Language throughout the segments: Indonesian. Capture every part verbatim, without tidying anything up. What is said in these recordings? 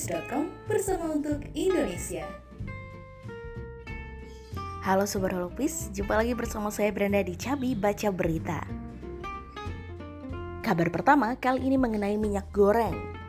holopis titik com bersama untuk Indonesia. Halo Sobat Holopis, jumpa lagi bersama saya Brenda di Cabi Baca Berita. Kabar pertama kali ini mengenai minyak goreng.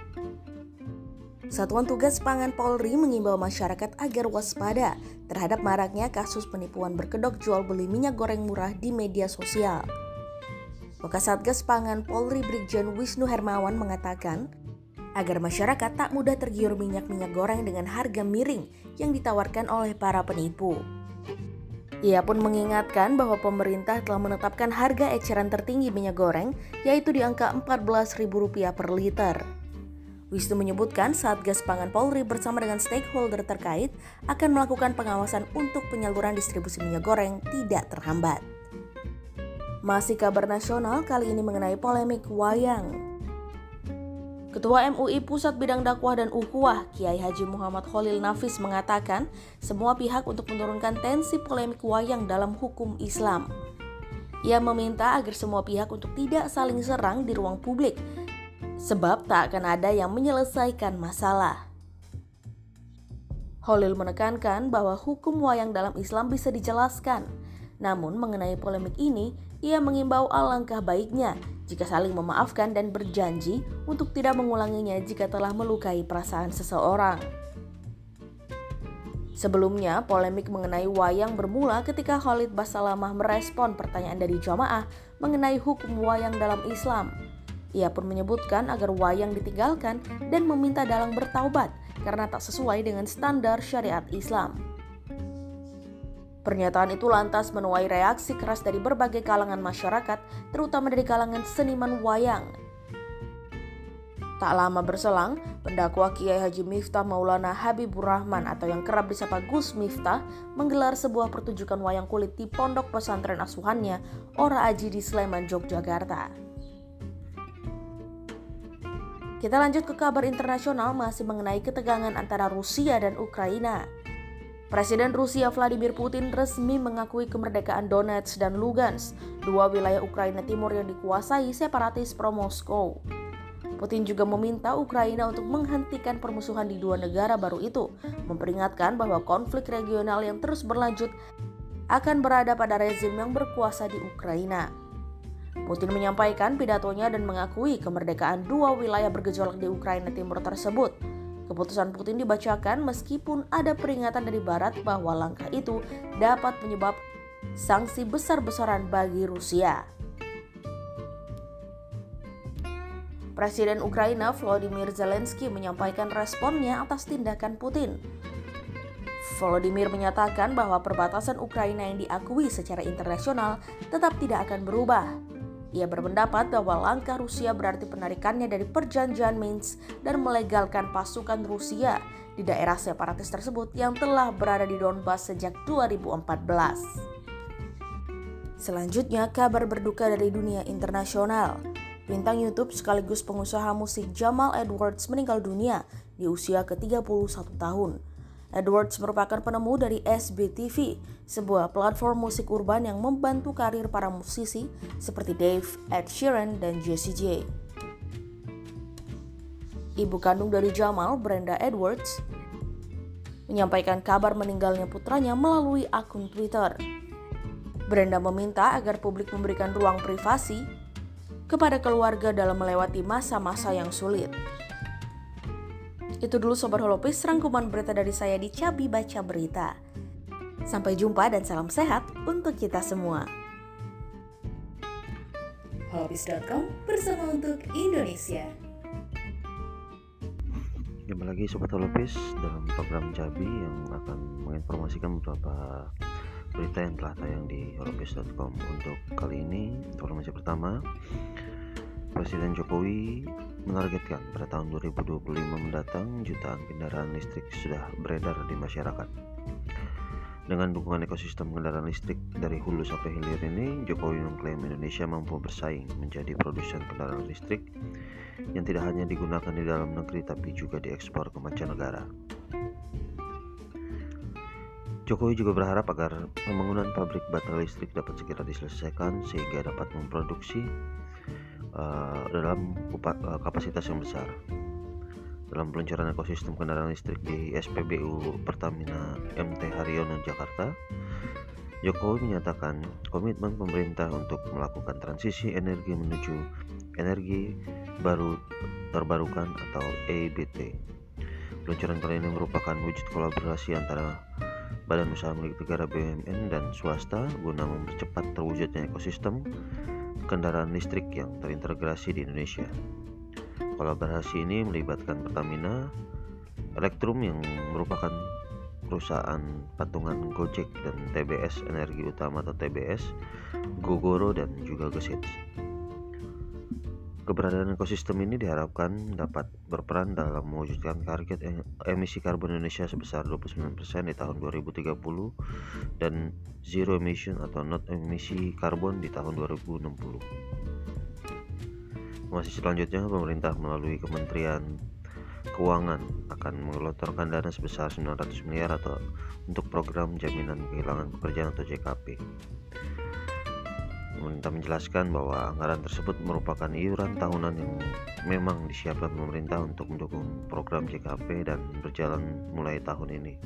Satuan Tugas Pangan Polri mengimbau masyarakat agar waspada terhadap maraknya kasus penipuan berkedok jual beli minyak goreng murah di media sosial. Wakasatgas Pangan Polri Brigjen Wisnu Hermawan mengatakan agar masyarakat tak mudah tergiur minyak-minyak goreng dengan harga miring yang ditawarkan oleh para penipu. Ia pun mengingatkan bahwa pemerintah telah menetapkan harga eceran tertinggi minyak goreng yaitu di angka empat belas ribu rupiah per liter. Wisnu menyebutkan Satgas Pangan Polri bersama dengan stakeholder terkait akan melakukan pengawasan untuk penyaluran distribusi minyak goreng tidak terhambat. Masih kabar nasional kali ini mengenai polemik wayang. Ketua M U I Pusat Bidang Dakwah dan Ukhuwah, Kiai Haji Muhammad Khalil Nafis mengatakan semua pihak untuk menurunkan tensi polemik wayang dalam hukum Islam. Ia meminta agar semua pihak untuk tidak saling serang di ruang publik, sebab tak akan ada yang menyelesaikan masalah. Khalil menekankan bahwa hukum wayang dalam Islam bisa dijelaskan. Namun mengenai polemik ini, ia mengimbau alangkah baiknya jika saling memaafkan dan berjanji untuk tidak mengulanginya jika telah melukai perasaan seseorang. Sebelumnya, polemik mengenai wayang bermula ketika Khalid Basalamah merespon pertanyaan dari jamaah mengenai hukum wayang dalam Islam. Ia pun menyebutkan agar wayang ditinggalkan dan meminta dalang bertaubat karena tak sesuai dengan standar syariat Islam. Pernyataan itu lantas menuai reaksi keras dari berbagai kalangan masyarakat, terutama dari kalangan seniman wayang. Tak lama berselang, pendakwa Kiai Haji Miftah Maulana Habibur Rahman atau yang kerap disapa Gus Miftah menggelar sebuah pertunjukan wayang kulit di pondok pesantren asuhannya, Ora Aji di Sleman, Yogyakarta. Kita lanjut ke kabar internasional masih mengenai ketegangan antara Rusia dan Ukraina. Presiden Rusia Vladimir Putin resmi mengakui kemerdekaan Donetsk dan Lugansk, dua wilayah Ukraina Timur yang dikuasai separatis pro-Moskow. Putin juga meminta Ukraina untuk menghentikan permusuhan di dua negara baru itu, memperingatkan bahwa konflik regional yang terus berlanjut akan berada pada rezim yang berkuasa di Ukraina. Putin menyampaikan pidatonya dan mengakui kemerdekaan dua wilayah bergejolak di Ukraina Timur tersebut. Keputusan Putin dibacakan meskipun ada peringatan dari Barat bahwa langkah itu dapat menyebabkan sanksi besar-besaran bagi Rusia. Presiden Ukraina Volodymyr Zelensky menyampaikan responnya atas tindakan Putin. Volodymyr menyatakan bahwa perbatasan Ukraina yang diakui secara internasional tetap tidak akan berubah. Ia berpendapat bahwa langkah Rusia berarti penarikannya dari perjanjian Minsk dan melegalkan pasukan Rusia di daerah separatis tersebut yang telah berada di Donbas sejak dua ribu empat belas. Selanjutnya, kabar berduka dari dunia internasional. Bintang YouTube sekaligus pengusaha musik Jamal Edwards meninggal dunia di usia ke tiga puluh satu tahun. Edwards merupakan penemu dari S B T V, sebuah platform musik urban yang membantu karir para musisi seperti Dave, Ed Sheeran, dan Jessie J. Ibu kandung dari Jamal, Brenda Edwards, menyampaikan kabar meninggalnya putranya melalui akun Twitter. Brenda meminta agar publik memberikan ruang privasi kepada keluarga dalam melewati masa-masa yang sulit. Itu dulu Sobat Holopis, rangkuman berita dari saya di Cabi Baca Berita. Sampai jumpa dan salam sehat untuk kita semua. holopis titik com bersama untuk Indonesia. Jumpa lagi Sobat Holopis dalam program Cabi yang akan menginformasikan beberapa berita yang telah tayang di holopis titik com. Untuk kali ini, informasi pertama, Presiden Jokowi menargetkan pada tahun dua ribu dua puluh lima mendatang jutaan kendaraan listrik sudah beredar di masyarakat. Dengan dukungan ekosistem kendaraan listrik dari hulu sampai hilir ini, Jokowi mengklaim Indonesia mampu bersaing menjadi produsen kendaraan listrik yang tidak hanya digunakan di dalam negeri tapi juga diekspor ke mancanegara. Jokowi juga berharap agar pembangunan pabrik baterai listrik dapat segera diselesaikan sehingga dapat memproduksi uh, dalam upa, uh, kapasitas yang besar. Dalam peluncuran ekosistem kendaraan listrik di S P B U Pertamina M T Haryono, Jakarta, Jokowi menyatakan komitmen pemerintah untuk melakukan transisi energi menuju energi baru terbarukan atau E B T. Peluncuran kali ini merupakan wujud kolaborasi antara Badan Usaha Milik Negara B U M N dan swasta guna mempercepat terwujudnya ekosistem kendaraan listrik yang terintegrasi di Indonesia. Kolaborasi ini melibatkan Pertamina, Elektrum yang merupakan perusahaan patungan Gojek, dan T B S Energi Utama atau T B S, Gogoro, dan juga Gesits. Keberadaan ekosistem ini diharapkan dapat berperan dalam mewujudkan target emisi karbon Indonesia sebesar dua puluh sembilan persen di tahun dua ribu tiga puluh dan zero emission atau not emisi karbon di tahun dua ribu enam puluh. Masih selanjutnya, pemerintah melalui Kementerian Keuangan akan menggelontorkan dana sebesar sembilan ratus miliar atau untuk program jaminan kehilangan pekerjaan atau J K P. Pemerintah menjelaskan bahwa anggaran tersebut merupakan iuran tahunan yang memang disiapkan pemerintah untuk mendukung program J K P dan berjalan mulai tahun ini.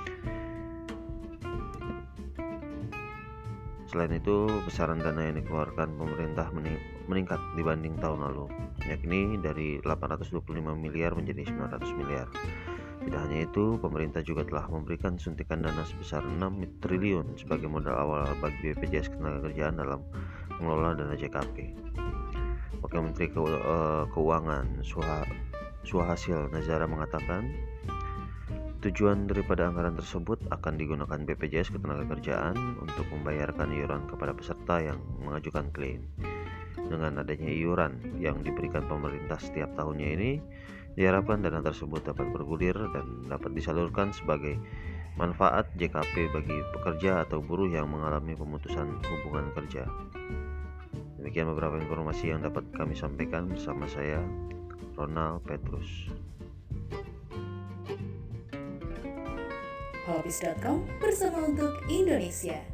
Selain itu, besaran dana yang dikeluarkan pemerintah meningkat dibanding tahun lalu, yakni dari delapan ratus dua puluh lima miliar menjadi sembilan ratus miliar. Tidak hanya itu, pemerintah juga telah memberikan suntikan dana sebesar enam triliun sebagai modal awal bagi B P J S Ketenagakerjaan dalam mengelola dana J K P. Wakil Menteri Keuangan Suhasil Nazara mengatakan, tujuan daripada anggaran tersebut akan digunakan B P J S Ketenagakerjaan untuk membayarkan iuran kepada peserta yang mengajukan klaim. Dengan adanya iuran yang diberikan pemerintah setiap tahunnya ini, diharapkan dana tersebut dapat bergulir dan dapat disalurkan sebagai manfaat J K P bagi pekerja atau buruh yang mengalami pemutusan hubungan kerja. Demikian beberapa informasi yang dapat kami sampaikan bersama saya, Ronald Petrus. holopis titik com bersama untuk Indonesia.